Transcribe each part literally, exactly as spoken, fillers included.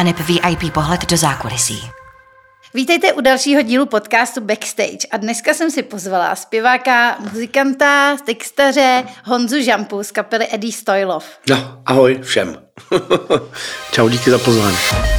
aneb V I P pohled do zákulisí. Vítejte u dalšího dílu podcastu Backstage a dneska jsem si pozvala zpěváka, muzikanta, textaře Honzu Žampu z kapely Eddie Stoilov. No, ahoj všem. Čau, díky za pozvání.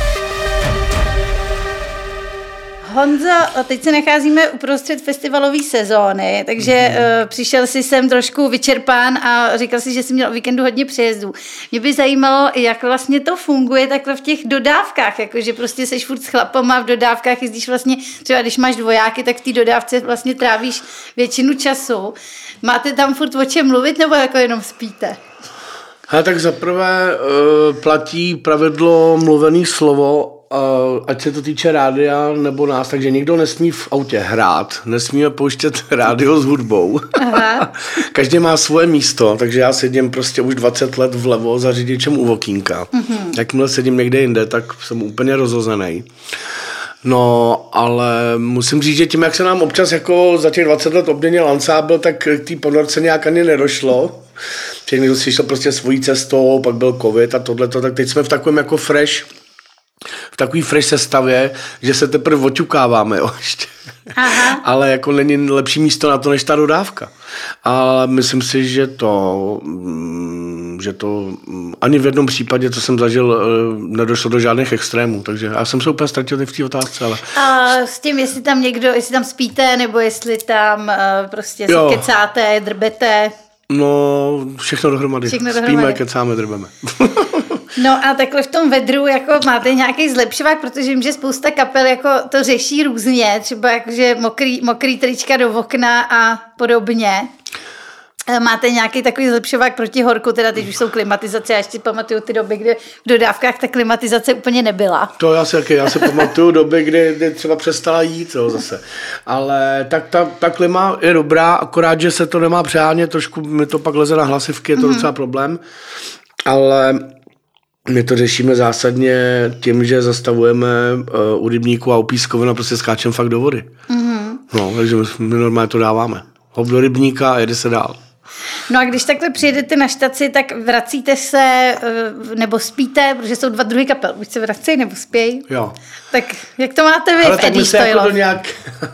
Honzo, teď se nacházíme uprostřed festivalové sezóny, takže mm-hmm. uh, přišel jsi sem trošku vyčerpán a říkal si, že jsi měl o víkendu hodně přejezdů. Mě by zajímalo, jak vlastně to funguje takhle v těch dodávkách, jakože prostě seš furt s chlapama v dodávkách, jezdíš vlastně, třeba když máš dvojáky, tak v té dodávce vlastně trávíš většinu času. Máte tam furt o čem mluvit, nebo jako jenom spíte? Ha, tak zaprvé uh, platí pravidlo mluvený slovo, Uh, ať se to týče rádia nebo nás, takže nikdo nesmí v autě hrát, nesmíme pouštět rádio s hudbou. Aha. Každý má svoje místo, takže já sedím prostě už dvacet let vlevo za řidičem u okýnka. Mm-hmm. Jakmile sedím někde jinde, tak jsem úplně rozhozený. No, ale musím říct, že tím, jak se nám občas jako za těch dvacet let obměnil ansábl, tak k té ponorce nějak ani nedošlo. Že někdo si šel prostě svojí cestou, pak byl covid a tohleto, tak teď jsme v takovém jako fresh v takový fresh sestavě, že se teprve oťukáváme, jo, ještě. Aha. Ale jako není lepší místo na to, než ta dodávka. Ale myslím si, že to, že to ani v jednom případě, co jsem zažil, nedošlo do žádných extrémů, takže já jsem se úplně ztratil v té otázce. Ale... A s tím, jestli tam někdo, jestli tam spíte, nebo jestli tam prostě jo. si kecáte, drbete. No, všechno dohromady. Všechno dohromady. Spíme, kecáme, drbeme. No a takhle v tom vedru jako máte nějaký zlepšovák, protože vím, že spousta kapel jako to řeší různě, třeba jakože mokrý, mokrý trička do okna a podobně. Máte nějaký takový zlepšovák proti horku, teda teď už jsou klimatizace, já ještě pamatuju ty doby, kde v dodávkách ta klimatizace úplně nebyla. To já si, já si pamatuju doby, kdy, kdy třeba přestala jít, jo, zase. Ale tak ta, ta klima je dobrá, akorát, že se to nemá přehánět, trošku mi to pak leze na hlasivky, je to mm-hmm. docela problém, ale my to řešíme zásadně tím, že zastavujeme uh, u rybníku a u pískovin a prostě skáčeme fakt do vody. Mm-hmm. No, takže my normálně to dáváme. Hop do rybníka a jede se dál. No a když takhle přijedete na štaci, tak vracíte se nebo spíte, protože jsou dva druhy kapel. Buď se vracejí nebo spějí. Jo. Tak jak to máte vy ale v Eddie Stoilov? Jako do nějak...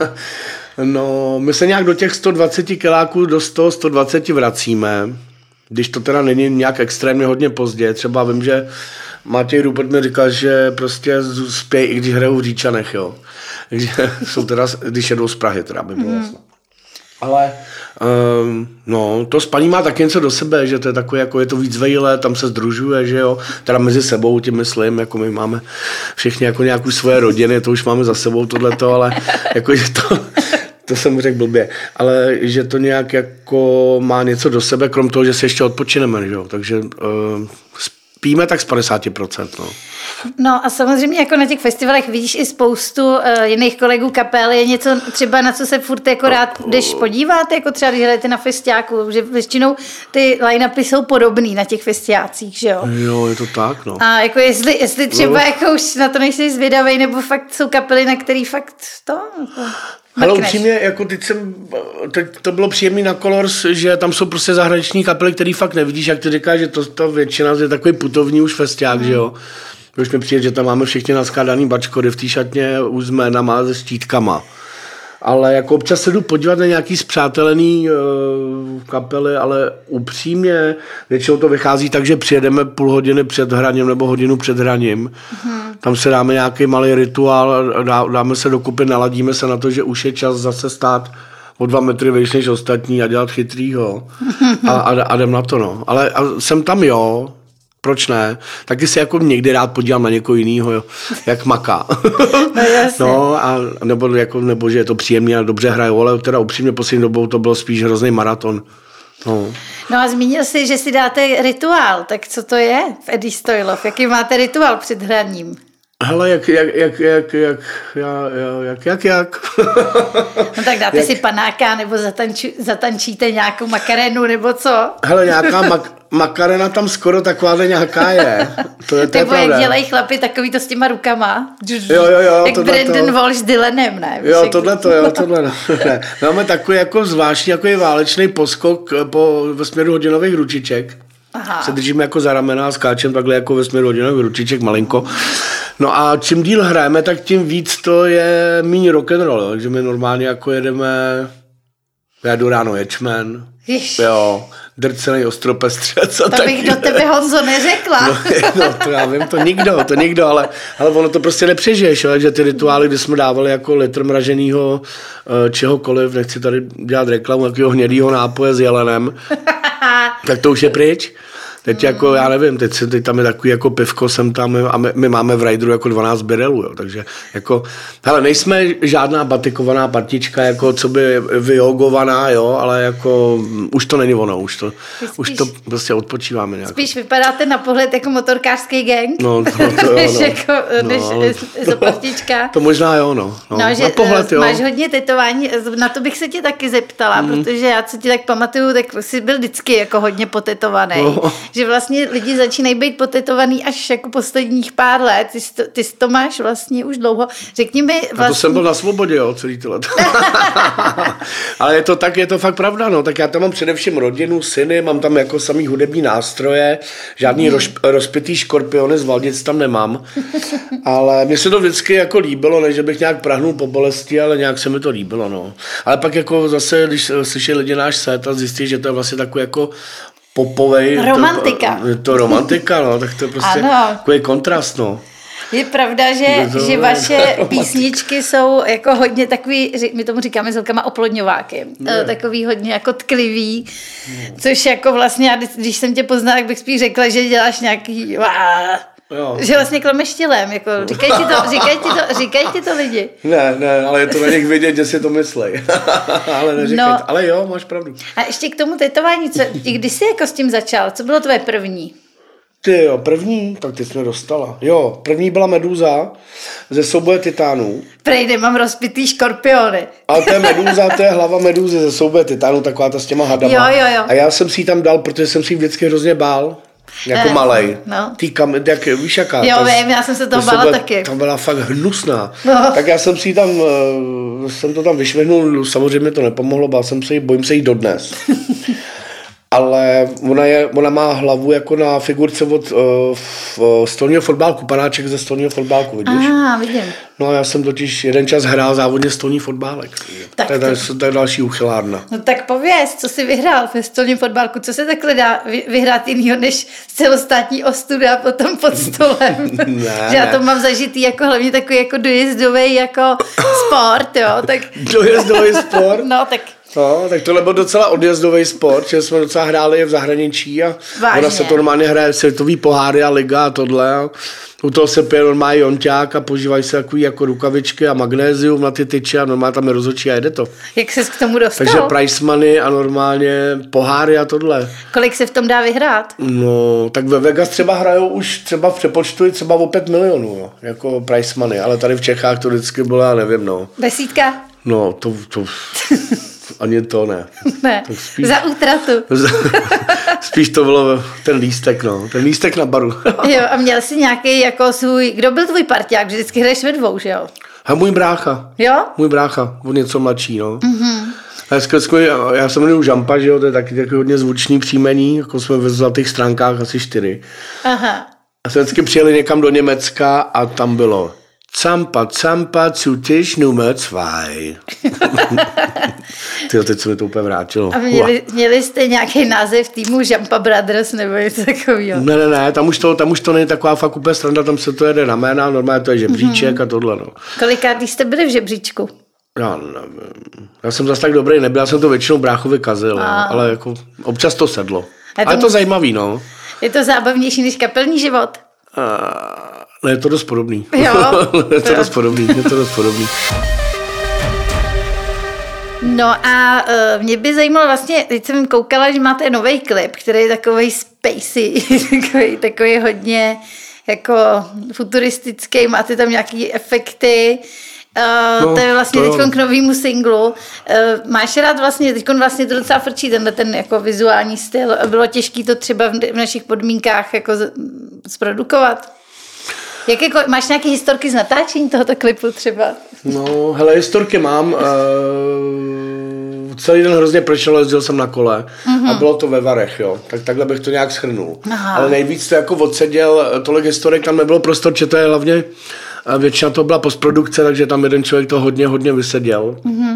no, my se nějak do těch sto dvacet kiláků, do sto, sto dvacet vracíme. Když to teda není nějak extrémně hodně pozdě. Třeba vím, že Matěj Rupert mi říkal, že prostě spějí, i když hrajou v Říčanech, jo. Takže jsou teda, když jedou z Prahy, teda by bylo mm. jasno. Ale um, no, to spaní má taky něco do sebe, že to je takové, jako je to víc vejle, tam se sdružuje, že jo, teda mezi sebou tím myslím, jako my máme všichni jako nějakou svoje rodiny, to už máme za sebou tohleto, ale jako, že to, to jsem řekl blbě, ale že to nějak jako má něco do sebe, krom toho, že si ještě odpočineme, že jo, takže uh, spíme tak z padesát procent, no. No a samozřejmě jako na těch festivalech vidíš i spoustu uh, jiných kolegů kapel, je něco třeba, na co se furt jako rád jdeš podívat, jako třeba když hrajete na festiáku, že většinou ty line-upy jsou podobný na těch festiácích, že jo? Jo, je to tak, no. A jako jestli, jestli třeba no. jako už na to nejsi zvědavej, nebo fakt jsou kapely, na který fakt to... Jako... Ale upřímně, jako teď jsem, teď to bylo příjemný na Colors, že tam jsou prostě zahraniční kapely, který fakt nevidíš, jak ty říkáš, že to, to většina je takový putovní už festiák, mm. že jo. Už mi přijde, že tam máme všichni naskádaný bačkody v té šatně už s jménama, se štítkama. Ale jako občas se jdu podívat na nějaký spřátelený uh, kapely, ale upřímně většinou to vychází tak, že přijedeme půl hodiny před hraním nebo hodinu před hraním. Mm-hmm. Tam se dáme nějaký malý rituál, dá, dáme se dokupy, naladíme se na to, že už je čas zase stát o dva metry vejš než ostatní a dělat chytrýho. A, a, a jdem na to, no. Ale a jsem tam, jo. Proč ne? Taky se jako někdy rád podívám na někoho jinýho, jo, jak maká. No, jasně. No a nebo, jako, nebo že je to příjemný a dobře hrajou, ale teda upřímně poslední dobou to byl spíš hrozný maraton. No. No a zmínil jsi, že si dáte rituál, tak co to je v Eddie Stoilov? Jaký máte rituál před hraním? Hele, jak, jak, jak, jak, jak, jak, jak, jak. No tak dáte jak? si panáka, nebo zatančí, zatančíte nějakou makarenu, nebo co? Hele, nějaká mak, makarena tam skoro takováhle nějaká je. To je, to nebo je jak pravda. dělají chlapi takový to s těma rukama. Jo, jo, jo. Jak Brandon Walsh s Dylanem, ne? Jo, tohle to, jo, tohle no. Ne. Máme takový jako zvláštní, jako válečný poskok po, ve směru hodinových ručiček. Aha. Se držíme jako za ramena a skáčem takhle jako ve směru hodinových ručiček malinko. No a čím díl hrajeme, tak tím víc to je míň rock'n'roll, takže my normálně jako jedeme, já jdu ráno ječmen, Jež. jo, drcený ostropestřec a To tak. bych do tebe, Honzo, neřekla. No, no, to já vím, to nikdo, to nikdo, ale, ale ono to prostě nepřežiješ, jo, že ty rituály, kdy jsme dávali jako litr mraženýho uh, čehokoliv, nechci tady dělat reklamu, takového hnědýho nápoje s jelenem, tak to už je pryč. Teď jako, já nevím, teď, se, teď tam je takový jako pivko, jsem tam a my, my máme v Rideru jako dvanáct birelů, jo, takže jako, hele, nejsme žádná batikovaná partička, jako co by vyjogovaná, jo, ale jako už to není ono, už to, spíš, už to prostě odpočíváme nějak. Spíš vypadáte na pohled jako motorkářský gang, No, to, to jo, než no. jako, No, než ale- za partička. To možná jo, no. no. No, že na pohled, jo. máš hodně tetování, na to bych se tě taky zeptala, mm. protože já, co ti tak pamatuju, tak jsi byl vždycky jako hodně potetovaný. No. Že vlastně lidi začínají být potetovaný až jako posledních pár let. Ty, jsi to, ty jsi to máš vlastně už dlouho. Řekni mi vlastně... A to jsem byl na svobodě, jo, celý ty let. Ale je to tak, je to fakt pravda, no. Tak já tam mám především rodinu, syny, mám tam jako samý hudební nástroje, žádný mm. roz, rozpitý škorpiony z Valdic tam nemám. Ale mně se to vždycky jako líbilo, ne, že bych nějak prahnul po bolesti, ale nějak se mi to líbilo, no. Ale pak jako zase, když slyší lidi náš set a zjistí, že to je vlastně takový jako popovej. Romantika. To, je to romantika, no, tak to je prostě Ano. takový kontrast, no. Je pravda, že, To- že vaše písničky jsou jako hodně takový, ři- my tomu říkáme s holkama oplodňováky, Ne. takový hodně jako tklivý, což jako vlastně, já, když- když jsem tě poznala, tak bych spíš řekla, že děláš nějaký Jo. že vlastně klameš tělem, jako říkají ti to, říkají ti to, říkají ti to lidi. Ne, ne, ale je to na nich vidět, že si to myslej. ale neříkej No. to. Ale jo, máš pravdu. A ještě k tomu tetování, co, kdy jsi jako s tím začal? Co bylo tvoje první? Ty jo, první, tak ty jsi mě dostala. Jo, první byla Meduza ze souboje titánů. Prejde, mám rozpitý škorpiony. Ale to je Meduza, to je hlava Meduzy ze souboje titánů, taková ta s těma hadama. Jo, jo, jo. A já jsem si ji tam dal, protože jsem si ji vždycky hrozně bál. Jako Eh, malej. no. Tý kam, jak, víš jaká? Jo, ta- vím, já jsem se toho to bála byla- taky. Ta byla fakt hnusná. No. Tak já jsem si ji tam, eh, jsem to tam vyšvihnul, samozřejmě to nepomohlo, bál jsem se jí, bojím se jí dodnes. Ale ona, je, ona má hlavu jako na figurce od uh, stolního fotbálku, panáček ze stolního fotbálku, vidíš? Ah, vidím. No a já jsem totiž jeden čas hrál závodně stolní fotbálek. Tak to, je, to- to je další uchylárna. No tak pověz, co jsi vyhrál ve stolním fotbálku, co se takhle dá vy- vyhrát jinýho než celostátní ostuda potom pod stolem. Ne, Že já ne. to mám zažitý jako hlavně takový jako dojezdový jako sport, jo, tak Dojezdový sport. no tak No, tak tohle byl docela odjezdový sport, že jsme docela hráli i v zahraničí a Vážně. ona se to normálně hraje světový poháry a liga a tohle. A u toho se pije normálně jonťák a používají se takový jako rukavičky a magnézium na ty tyče a normálně tam je rozhodčí a jede to. jak ses k tomu dostal? Takže prize money a normálně poháry a tohle. Kolik se v tom dá vyhrát? No, tak ve Vegas třeba hrajou už třeba v přepočtu i třeba o pět milionů, jo, jako prize money, ale tady v Čechách to vždycky bylo, já nevím, no. Desítka? No, to, to ani to ne. Ne, Tak spíš- za útratu. Spíš to bylo ten lístek, no. Ten lístek na baru. Jo, a měl jsi nějaký jako svůj, kdo byl tvůj parťák? Vždycky hraješ ve dvou, že jo? A můj brácha. Jo? Můj brácha, on něco mladší, no. Mm-hmm. A zkrátku, já se jmenuji Žampa, že jo, to je taky, taky hodně zvučný příjmení, jako jsme ve zlatých stránkách asi čtyři. Aha. A jsme vždycky přijeli někam do Německa a tam bylo Zampa, Zampa, zu Tisch Nummer zwei. Tyjo, teď se mi to úplně vrátilo. A měli, měli jste nějaký název týmu Jampa Brothers nebo něco takového? Ne, ne, ne, tam už, to, tam už to není taková fakt úplně stranda, tam se to jede na jména, normálně to je žebříček mm-hmm. a tohle, no. Kolikátý jste byli v žebříčku? Já nevím. Já jsem zase tak dobrý nebyl, já jsem to většinou bráchovi kazil, no, ale jako občas to sedlo. A to Ale je to mus- zajímavý, no. Je to zábavnější než kapelní život? A, ne, je to dost podobný. Jo? je to dost podobný, je to dost podobný. No a uh, mě by zajímalo vlastně, teď jsem koukala, že máte nový klip, který je takovej spacey, takový, takový hodně jako futuristický, máte tam nějaký efekty. Uh, No, to je vlastně to jo. teď k novému singlu. Uh, máš rád vlastně, teď vlastně to docela frčí, tenhle ten jako vizuální styl. Bylo těžké to třeba v, v našich podmínkách jako z, zprodukovat? Jak jako, máš nějaké historky z natáčení tohoto klipu třeba? No, hele, historky mám. Uh, celý den hrozně pršelo, jezdil jsem na kole mm-hmm. a bylo to ve Varech, jo. Tak takhle bych to nějak shrnul. Aha. Ale nejvíc to jako odseděl, tolik historek, tam nebylo prostor, že to je hlavně, většina to byla postprodukce, takže tam jeden člověk to hodně, hodně vyseděl. Mm-hmm.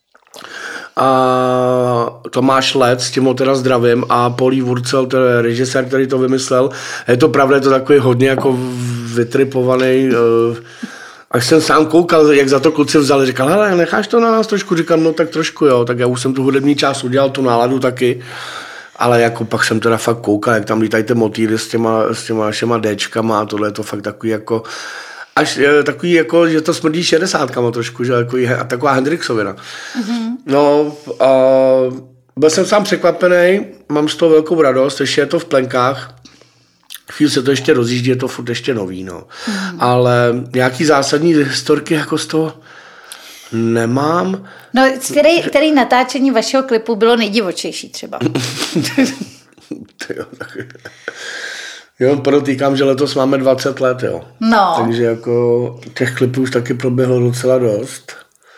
A Tomáš Lec, s tím ho teda zdravím, a Polí Wurzel, to je režisér, který to vymyslel. Je to pravda, je to takový hodně jako vytripovaný. Až jsem sám koukal, jak za to kluci vzali, říkal, hele, necháš to na nás trošku? Říkám, no tak trošku, jo, tak já už jsem tu hudební část udělal, tu náladu taky. Ale jako pak jsem teda fakt koukal, jak tam lítají ty motýly s těma, s těma našima Dčkama a tohle je to fakt takový jako... Až takový, jako, že to smrdí šedesátkama trošku, že jako, a taková Hendrixovina. Mm-hmm. No, a byl jsem sám překvapený, mám z toho velkou radost, ještě je to v plenkách, chvíli se to ještě rozjíždí, je to furt ještě nový, no. Mm-hmm. Ale nějaký zásadní historky jako z toho nemám. No, který, který natáčení vašeho klipu bylo nejdivočejší třeba? Jo, tak... Jo, podotýkám, že letos máme dvacet let, jo. No. Takže jako těch klipů už taky proběhlo docela dost.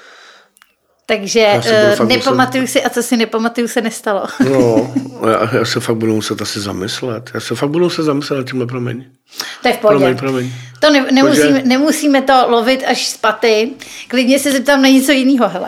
Takže uh, nepamatuju muset... si, a co si nepamatuju, se nestalo. No, já, já se fakt budu muset asi zamyslet. Já se fakt budu muset zamyslet na tímhle, promiň. To je v pohodě. Promiň, promiň. To ne, nemusíme, Protože... nemusíme to lovit až z paty. Klidně se zeptám na něco jiného, hele.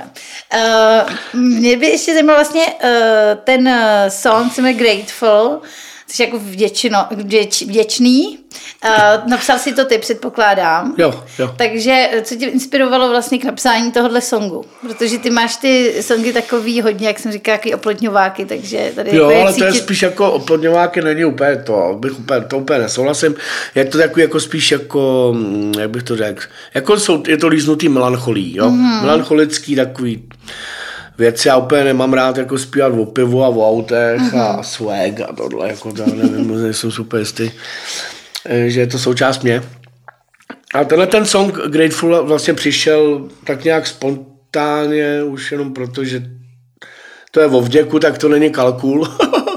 Uh, mě by ještě zajímal vlastně uh, ten uh, song, se jmenuje Grateful, což jako vděčno, vděč, vděčný. Uh, napsal si to ty, předpokládám. Jo, jo. Takže co tě inspirovalo vlastně k napsání tohohle songu? Protože ty máš ty songy takový hodně, jak jsem říkala, jaký oplodňováky, takže tady... Jo, jako ale cítit... to je spíš jako oplodňováky, není úplně to, bych úplně, to úplně nesouhlasím. Je to takový jako spíš jako, jak bych to řekl, jako jsou, je to líznutý melancholí, jo? Mm-hmm. Melancholický takový věci, já úplně nemám rád jako zpívat o pivu a o autech mm-hmm. a swag a tohle, jako to nevím, nejsem super jistý, že je to součást mě. A tenhle ten song Grateful vlastně přišel tak nějak spontánně, už jenom proto, že to je o vděku, tak to není kalkul.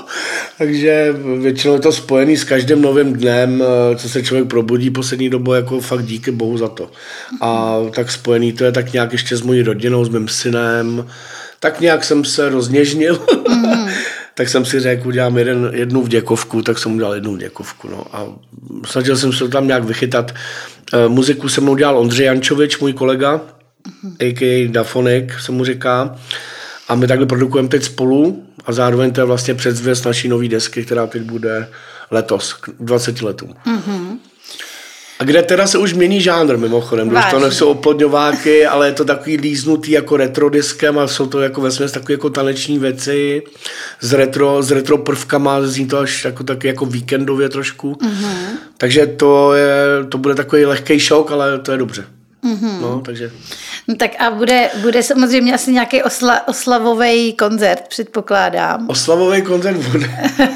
Takže většinou je to spojený s každým novým dnem, co se člověk probudí poslední dobou, jako fakt díky bohu za to. A tak spojený to je tak nějak ještě s mojí rodinou, s mým synem. Tak nějak jsem se rozněžnil. Mm. Tak jsem si řekl, udělám jeden, jednu vděkovku, tak jsem udělal jednu vděkovku. No. A snažil jsem se to tam nějak vychytat. E, muziku jsem udělal Ondřej Jančovič, můj kolega, mm. a ká a. Dafonik, se mu říká. A my takhle produkujeme teď spolu a zároveň to je vlastně předzvěst naší nový desky, která teď bude letos, k dvaceti letům. Mm-hmm. A kde teda se už mění žánr mimochodem, když to nejsou oplodňováky, ale je to takový líznutý jako retro diskem a jsou to jako vesměs takové jako taneční věci s retro, s retro prvkama, zní to až jako, taky jako víkendově trošku. Mm-hmm. Takže to, je, to bude takový lehký šok, ale to je dobře. Mm-hmm. No, takže... No tak a bude, bude samozřejmě asi nějaký osla, oslavový koncert, předpokládám. Oslavový koncert bude.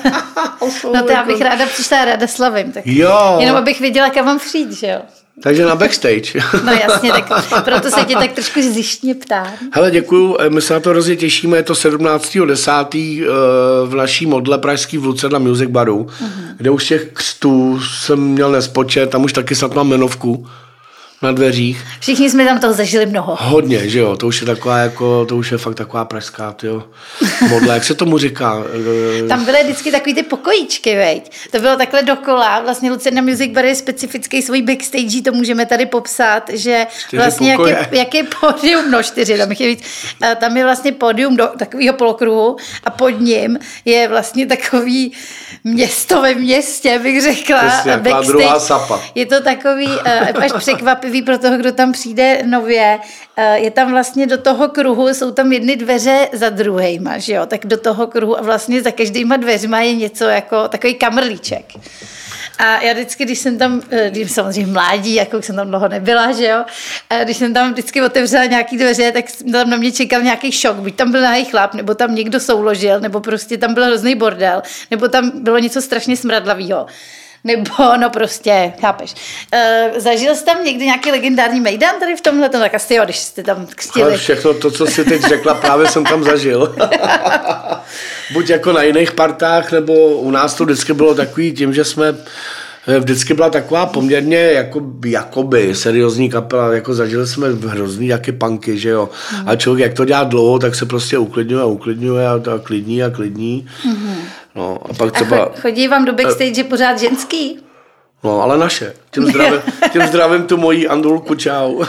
No to já bych ráda přišla, ráda slavím. Tak jo. Jenom abych věděla, kam mám přijít, že jo? Takže na backstage. No jasně, tak proto se tě tak trošku zjištně ptám. Hele, děkuju, my se na to hrozně těšíme, je to sedmnáctého desátého v naší modle pražský v Lucerna Music Baru, uh-huh. kde už těch křtů jsem měl nespočet, tam už taky snad mám jmenovku na dveřích. Všichni jsme tam toho zažili mnoho. Hodně, že jo, to už je taková jako, to už je fakt taková pražská, tyjo, modla, jak se tomu říká? Tam byly vždycky takový ty pokojíčky, veď. To bylo takhle dokola, vlastně Lucerna Music Bar je specifický svůj backstage, to můžeme tady popsat, že čtyři vlastně jak je, jak je pódium, no čtyři, tam je víc, tam je vlastně pódium do takového polokruhu a pod ním je vlastně takový město ve městě, bych řekla. Přesně, backstage, druhá sapa. Je to takový až překvapivý pro toho, kdo tam přijde nově. Je tam vlastně do toho kruhu, jsou tam jedny dveře za druhejma, že jo? Tak do toho kruhu a vlastně za každýma dveřma je něco jako takový kamrlíček. A já vždycky, když jsem tam, když samozřejmě mládí, jako jsem tam dlouho nebyla, že jo, a když jsem tam vždycky otevřela nějaký dveře, tak tam na mě čekal nějaký šok, buď tam byl nahý chlap, nebo tam někdo souložil, nebo prostě tam byl hrozný bordel, nebo tam bylo něco strašně smradlavého. Nebo, no prostě, chápeš. Uh, zažil jsi tam někdy nějaký legendární mejdan tady v tomhle? Tak asi jo, když jste tam křtili. Ale všechno to, co jsi teď řekla, právě jsem tam zažil. Buď jako na jiných partách, nebo u nás to vždycky bylo takový tím, že jsme vždycky byla taková poměrně jako, jakoby seriózní kapela, jako zažili jsme hrozný jaké punky, že jo. Mm. A člověk, jak to dělá dlouho, tak se prostě uklidňuje a uklidňuje a, a klidní a klidní. Mm. No, a pak třeba... A chodí vám do backstage pořád ženský? No, ale naše. Tím zdravím, tím zdravím tu mojí Andulku, čau.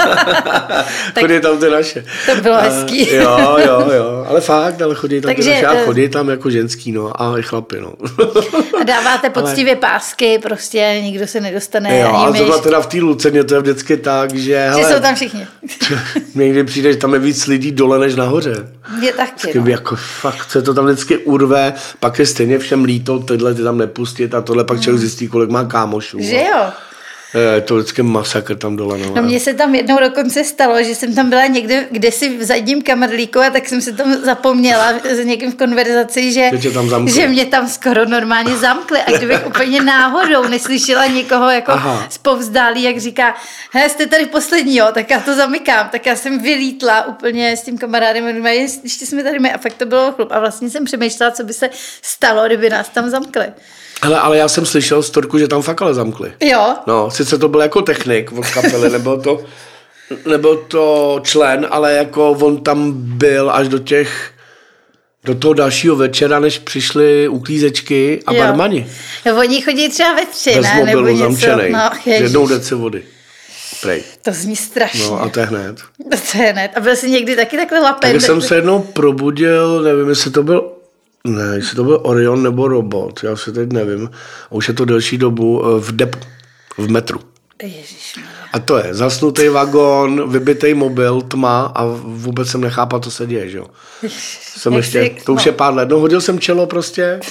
Chodí tam ty naše. To bylo hezký. Uh, jo, jo, jo. Ale fakt, ale chodí tam Takže, ty naše a chodí tam jako ženský, no. A i chlapi, no. A dáváte poctivě ale... pásky, prostě nikdo se nedostane. Jo, a tohle teda v té Lucerně, to je vždycky tak, že... Že hele, jsou tam všichni. Někdy přijde, že tam je víc lidí dole než nahoře. Je taky, vždycky, no. Jako fakt se to tam vždycky urve, pak je stejně všem líto, tyhle ty tam nepustit a tohle pak hmm. člověk zjistí, kolik má kámošů. Že jo? Je to vždycky masakr tam dole. No, no mně se tam jednou dokonce stalo, že jsem tam byla někde, kde si v zadním kamerlíku a tak jsem se tam zapomněla s někým v konverzaci, že, že mě tam skoro normálně zamkli a kdybych úplně náhodou neslyšela někoho jako zpovzdálí, jak říká, he, jste tady poslední, jo, tak já to zamykám, tak já jsem vylítla úplně s tím kamarádem, ještě jsme tady my a fakt to bylo chlup a vlastně jsem přemýšlela, co by se stalo, kdyby nás tam zamkli. Hele, ale já jsem slyšel z Torku, že tam fakt ale zamkli. Jo. No, sice to byl jako technik od kapely, nebyl to, nebyl to člen, ale jako on tam byl až do těch, do toho dalšího večera, než přišli uklízečky a jo. barmani. No, oni chodí třeba ve tři, bez ne? mobilu, nebo zamčenej, no, s jednou deci vody. Prej. To zní strašně. No a to je hned. To je hned. A byl jsi někdy taky takhle lapen? Tak jsem se jednou probudil, nevím, jestli to byl Ne, jestli to byl Orion nebo Robot, já si teď nevím. A už je to delší dobu v depu, v metru. Ježišmarja. A to je zasnutý vagón, vybitej mobil, tma a vůbec jsem nechápal, co se děje, že jo. Jsem ještě, to už je pár let, no hodil jsem čelo prostě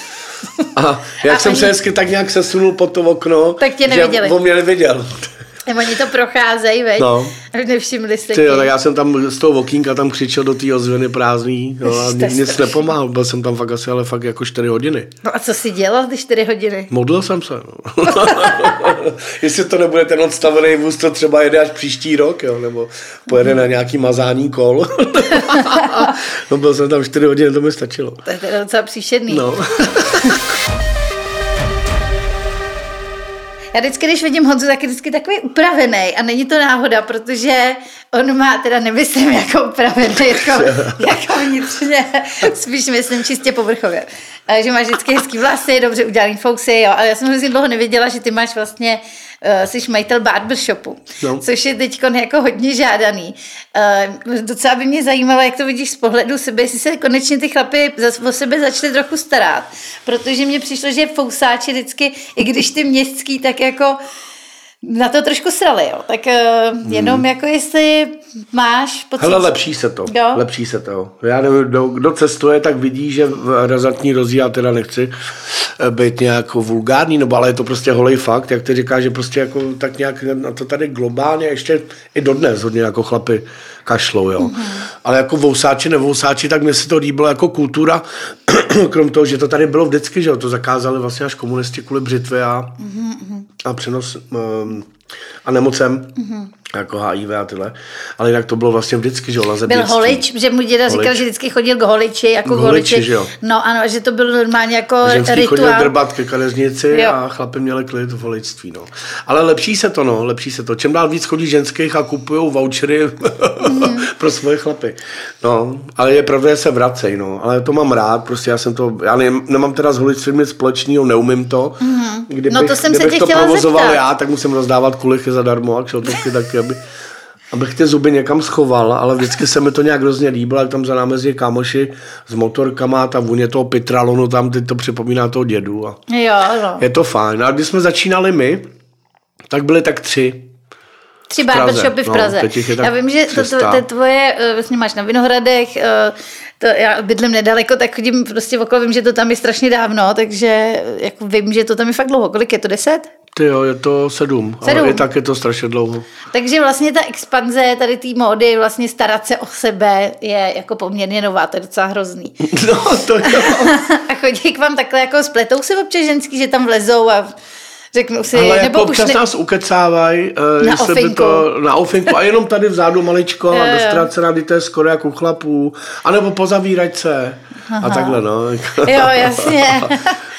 a jak a jsem ani... se hezky tak nějak sesunul pod to okno, tak tě neviděli. Že on mě neviděl. Oni to procházejí, veď? No. Nevšimli jste Ty, jo, tak já jsem tam z toho okýnka tam křičel do té ozvěny prázdný jo, a nic strašný. Nepomáhal. Byl jsem tam fakt asi ale fakt jako čtyři hodiny. No a co jsi dělal ty čtyři hodiny? Modlil jsem se. No. Jestli to nebude ten odstavený vůz, to třeba jede až příští rok, jo, nebo pojede mm. na nějaký mazání kol. No byl jsem tam čtyři hodiny, to mi stačilo. To je teda docela příšerný. No. Já vždycky, když vidím Honzu, tak je vždycky takový upravený a není to náhoda, protože on má, teda nemyslím jako upravený, jako, jako vnitřně, spíš myslím čistě povrchově. Že máš vždycky hezký vlasy, dobře udělaný fousy, jo, ale já jsem hrozně dlouho nevěděla, že ty máš vlastně, uh, jsi majitel barbershopu, no. Což je teď jako hodně žádaný. Uh, docela by mě zajímalo, jak to vidíš z pohledu sebe, jestli se konečně ty chlapy o sebe začaly trochu starat, protože mně přišlo, že fousáči vždycky, i když ty městský, tak jako na to trošku srali, jo. Tak uh, jenom hmm. jako jestli máš pocit... Hele, lepší se to. Jo? Lepší se to. Já nevím, kdo, kdo cestuje, tak vidí, že razantní rozdíl, já teda nechci být nějak vulgární, nebo ale je to prostě holej fakt, jak ty říkáš, že prostě jako tak nějak na to tady globálně ještě i dodnes hodně jako chlapi kašlou, jo. Mm-hmm. Ale jako vousáči, nevousáči, tak mně se to líbilo jako kultura, krom toho, že to tady bylo vždycky, že jo, to zakázali vlastně až komunisti kvůli břitvě a, mm-hmm. a přenos um, a nemocem, mm-hmm. jako H I V a tyhle, ale jinak to bylo vlastně vždycky, že jo, byl holič, že mu děda říkal, že vždycky chodil k holiči, jako k holiči, holiči. Že jo. No ano, že to bylo normálně jako ženský rituál. Ženský chodil drbat ke kadeřnici jo. A chlapi měli klid v holičství, no. Ale lepší se to, no, lepší se to. Čím dál víc chodí ženských a kupujou vouchery mm. pro svoje chlapy. No, ale je pravda, že se vracej, no, ale to mám rád, prostě já jsem to, já ne, nemám teda s holičstvím nic společného, neumím to. Mm. Kdybych, no to jsem kdybych se to provozoval zeptat. Já, tak musím rozdávat kulichy zadarmo a kšeltovky taky, aby abych ty zuby někam schoval, ale vždycky se mi to nějak hrozně líbilo, jak tam za námi jezdí kámoši s motorkama, ta vůně toho pitralonu, tam teď to připomíná toho dědu. A jo, jo. Je to fajn. A když jsme začínali my, tak byly tak tři. Tři barbershopy v Praze. No, já vím, že to, to, to tvoje, vlastně máš na Vinohradech, to já bydlím nedaleko, tak chodím prostě okolo, vím, že to tam je strašně dávno, takže jako vím, že to tam je fakt dlouho. Kolik je to, deset? Ty jo, je to sedm, sedm. Ale i tak je to strašně dlouho. Takže vlastně ta expanze tady té módy, vlastně starat se o sebe je jako poměrně nová, to je docela hrozný. No, to jo. A chodí k vám takhle jako spletou se občas ženský, že tam vlezou a řeknu si, ale nebo jako občas ne... nás ukecávají, uh, na ofinku. To, na ofinku a jenom tady vzadu maličko a dostracená, kdy to je skoro jako u chlapů, anebo po zavíračce a takhle, no. Jo, jasně.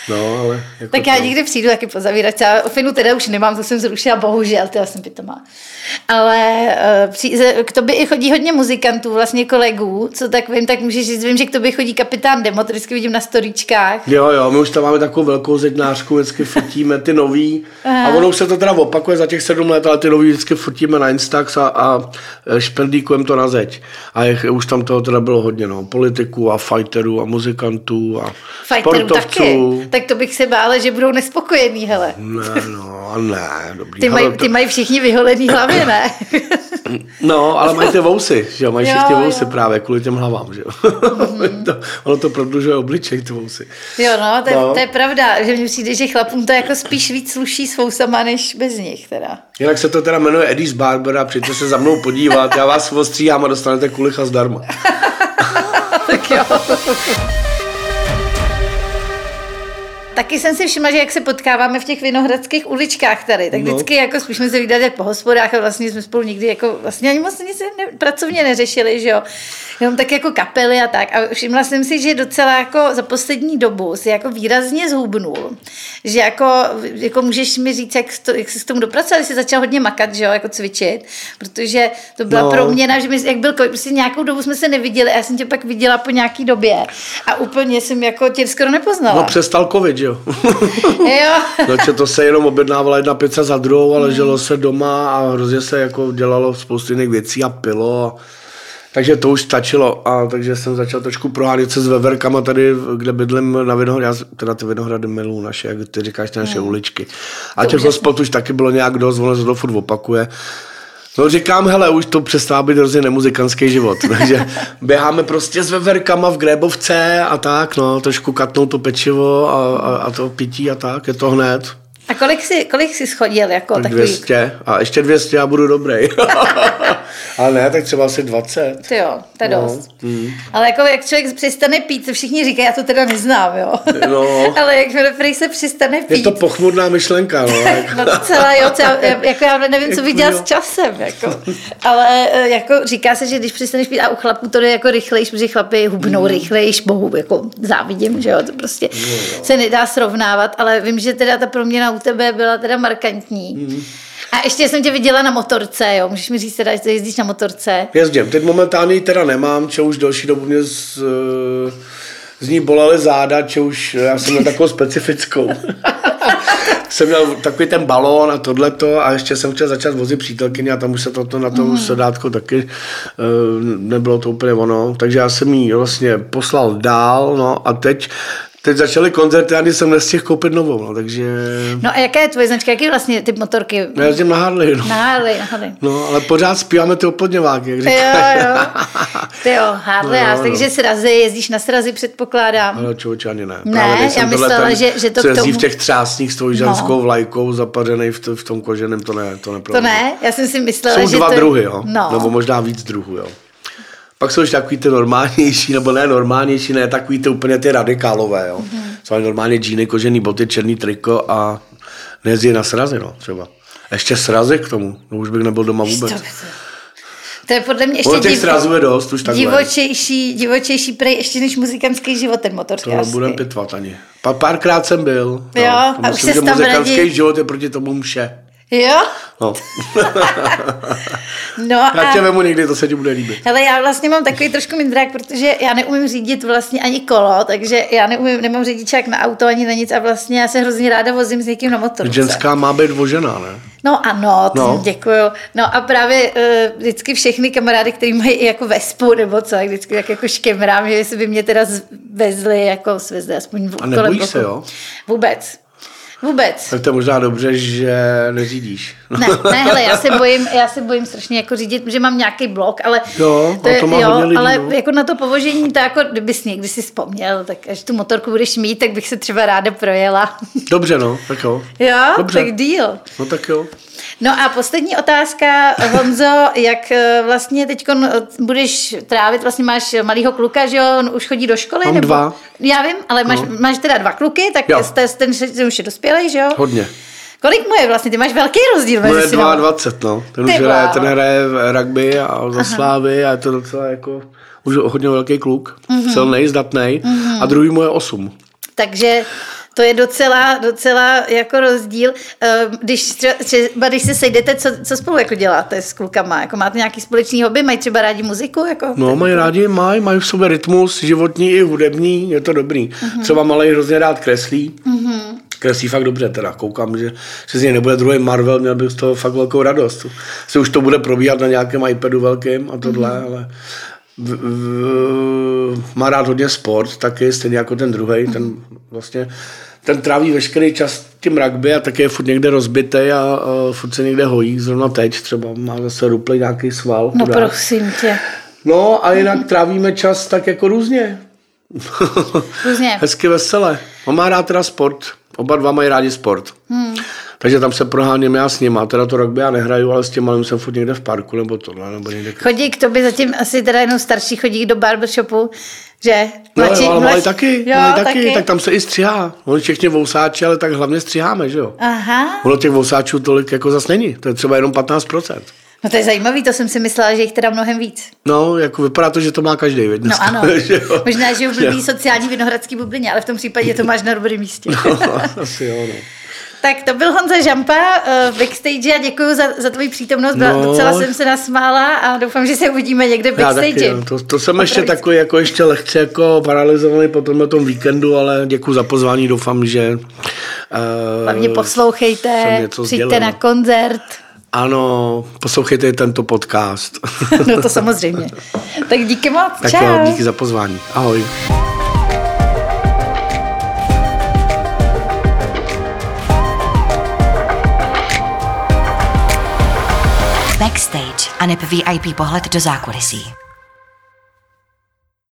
No, ale jako tak já to... někdy přijdu taky pozavírat. Já Finu teda už nemám, to jsem zrušila, bohužel, to já jsem pitomá. Ale uh, při, k tobě i chodí hodně muzikantů, vlastně kolegů, co tak vím, tak můžeš říct, vím, že k tobě chodí kapitán Demo, to vždycky vidím na storíčkách. Jo, jo, my už tam máme takovou velkou zednářku, vždycky fotíme ty nový. Aha. A ono už se to teda opakuje za těch sedm let, ale ty nový vždycky fotíme na Instax a, a špendíkujeme to na zeď. A je, už tam toho teda bylo hodně, no, politiků a fighterů a muzikantů a fighterů sportovců. Taky. Tak to bych se bála, že budou nespokojení, hele. Ne, no, ne, dobrý. Ty mají, ty mají všichni vyholený hlavy, ne? No, ale mají ty vousy, že jo, mají jo, všichni vousy jo. právě kvůli těm hlavám, že jo. Mm-hmm. to, ono to prodlužuje obličej, ty vousy. Jo, no, to, je, no. to je pravda, že mně přijde, že chlapům to jako spíš víc sluší s vousama, než bez nich teda. Jinak se to teda jmenuje Eddie's Barber a přijďte se za mnou podívat, já vás ostříhám a dostanete kulicha zdarma. Tak jo. Taky jsem si všimla, že jak se potkáváme v těch vinohradských uličkách tady, tak vždycky no. jako spíš jsme se vydali po hospodách a vlastně jsme spolu nikdy jako vlastně ani moc nic ne, pracovně neřešili, že jo. Jenom tak jako kapely a tak. A všimla jsem si, že docela jako za poslední dobu si jako výrazně zhubnul. Že jako, jako můžeš mi říct, jak, to, jak jsi s tomu dopracoval, jsi začal hodně makat, že jo, jako cvičit, protože to byla no. proměna, že my, jak byl, prostě nějakou dobu jsme se neviděli a já jsem tě pak viděla po nějaký době a úplně jsem jako tě skoro nepoznala. No přestal covid, že jo. jo. Takže to se jenom objednávala jedna pizza za druhou, ale žilo se doma a hrozně se jako dělalo spoustu jiných věcí a pilo. Takže to už stačilo a takže jsem začal trošku prohánět se s veverkama tady, kde bydlím na Vinohrady, já teda ty Vinohrady miluju naše, jak ty říkáš, ty naše hmm. uličky. A těch hospod už taky bylo nějak dost, ono se to furt opakuje. No říkám, hele, už to přestává být hrozně nemuzikantský život, takže běháme prostě s veverkama v Grébovce a tak, no, trošku katnout to pečivo a, a, a to pití a tak, je to hned. A kolik jsi, kolik jsi schodil jako tak takový? dvě stě a ještě dvě stě já budu dobrý. Ale ne, tak třeba asi dvacet. Ty jo, to je no. dost. Mm. Ale jako jak člověk přestane pít, to všichni říkají, já to teda neznám, jo. No. Ale jak prý se přestane pít. Je to pochmurná myšlenka, no. no to celá, jo, celá, jako já nevím, co bych dělal s časem, jako. Ale jako říká se, že když přestaneš pít a u chlapů to jde jako rychlejš, protože chlapy hubnou mm. rychlejš, bohu, jako závidím, že jo, to prostě no, jo. se nedá srovnávat, ale vím, že teda ta proměna u tebe byla teda markantní. Mm. A ještě jsem tě viděla na motorce, jo? Můžeš mi říct teda, že jezdíš na motorce? Jezdím, teď momentálně teda nemám, či už další dobu mě z, z ní bolely záda, či už já jsem měl takovou specifickou. Jsem měl takový ten balón a tohleto a ještě jsem chtěl začát vozit přítelkyně a tam už se to, to na tom mm. sedátko taky nebylo to úplně ono, takže já jsem jí vlastně poslal dál, no a teď Teď začaly koncerty, já jsem nestihl koupit novou, no, takže... No a jaká je tvoje značka, jaký vlastně typ motorky? Já jezdím na Harley, no. Na Harley, na Harley. No, ale pořád zpíváme ty opodňováky, jak říkáš. Jo, jo. Ty jo, Harley, no, no, takže no. srazy, jezdíš na srazy, předpokládám. Ale člověče ani ne. Ne, já myslela, ten, že, že to co jezdí tomu... v těch třásních s tou ženskou no. vlajkou, zapařenej v, to, v tom koženém, to ne, to neprovedí. To ne, já jsem si myslela, jsou že dva to... druhy, jo, no. nebo možná víc druhů, jo. Pak jsou už takový ty normálnější, nebo ne normálnější, ne takový ty úplně ty radikálové, jo. Mm-hmm. Jsou normálně džíny, kožený boty, černý triko a nejezdí na srazy, no, třeba. Ještě srazy k tomu, no už bych nebyl doma vůbec. To je podle mě ještě těch div... srazů je dost, už takhle. Divočejší, divočejší prej ještě než muzikantský život, ten motorkářský. To nebudem pitvat ani. Pa, párkrát jsem byl. Jo, no. a myslím, už se že tam muzikantský radí... život je proti tomu vše. Jo? No. no já tě vemu někdy, to se ti bude líbit. Hele, já vlastně mám takový trošku mindrák, protože já neumím řídit vlastně ani kolo, takže já neumím, nemám řidičák na auto ani na nic a vlastně já se hrozně ráda vozím s někým na motorce. Ženská má být vožená, ne? No ano, to no. děkuju. No a právě uh, vždycky všechny kamarády, kteří mají i jako vespu nebo co, vždycky tak jako škemrám, že by mě teda zvezli, jako svezli aspoň v A nebojíš se, jo? Vůbec. Vůbec. Tak to je možná dobře, že neřídíš. Ne, ne, hele, já se bojím, já se bojím strašně jako řídit, že mám nějaký blok, ale jo, to, je, to má jo, lidí, ale no. jako na to povožení, to jako, kdyby jsi někdy si vzpomněl, tak až tu motorku budeš mít, tak bych se třeba ráda projela. Dobře, no, tak jo. Jo, dobře. Tak deal. No tak jo. No a poslední otázka, Honzo, jak vlastně teď budeš trávit, vlastně máš malýho kluka, že jo, on už chodí do školy? Mám nebo? dva. Já vím, ale máš, no. máš teda dva kluky, tak ten, ten, ten už je dospělej, že jo? Hodně. Kolik mu je vlastně? Ty máš velký rozdíl mezi synem. No je dvacet, no. Ten už hraje, ten hraje v rugby a za Slávy a je to docela jako už hodně velký kluk, mm-hmm. silnej, zdatnej mm-hmm. a druhý mu je osm. Takže To je docela, docela jako rozdíl. Když, třeba, když se sejdete, co, co spolu jako děláte s klukama? Jako máte nějaký společný hobby? Mají třeba rádi muziku? Jako, no, mají rádi, mají, mají v sobě rytmus, životní i hudební, je to dobrý. Uh-huh. Třeba malej hrozně rád kreslí. Uh-huh. Kreslí fakt dobře, teda koukám, že, že z něj nebude druhý Marvel, měl bych z toho fakt velkou radost. Se už to bude probíhat na nějakém iPadu velkým a tohle, uh-huh. ale v, v, má rád hodně sport taky, stejně jako ten druhý, uh-huh. ten vlastně ten tráví veškerý čas tím rugby a taky je furt někde rozbitý a, a furt se někde hojí, zrovna teď třeba má zase ruplej nějaký sval. No chudák. Prosím tě. No a jinak trávíme čas tak jako různě. Různě. Hezky vesele. On má rád teda sport. Oba dva mají rádi sport. Hmm. Takže tam se proháním já s nima. Teda to rugby já nehraju, ale s tím malým jsem furt někde v parku nebo tohle. Nebo někde... Chodí k tobě zatím asi teda jenom starší, chodí do barbershopu, že? Mladší, no, ale malý taky, jo, malý taky, taky, tak tam se i stříhá. Oni všichni vousáči, ale tak hlavně stříháme, že jo? Aha. Ono těch vousáčů tolik jako zas není. To je třeba jenom patnáct procent. No to je zajímavý, to jsem si myslela, že jich teda mnohem víc. No, jako vypadá to, že to má každý. Věc, no ano, že možná, že v blbý sociální vinohradský bublině, ale v tom případě to máš na dobrém místě. No, asi jo, no. Tak to byl Honza Žampa v backstage a děkuji za, za tvoji přítomnost. No. Docela jsem se nasmála a doufám, že se uvidíme někde backstage. Taky, no. to, to jsem Opravíc. ještě takový jako ještě lehce jako paralizovaný po tomhle tom víkendu, ale děkuji za pozvání, doufám, že uh, hlavně poslouchejte, přijďte na koncert. Ano, poslouchejte tento podcast. No to samozřejmě. Tak díky moc, tak čau. Jo, díky za pozvání. Ahoj. Backstage a neb V I P pohled do zákulisí.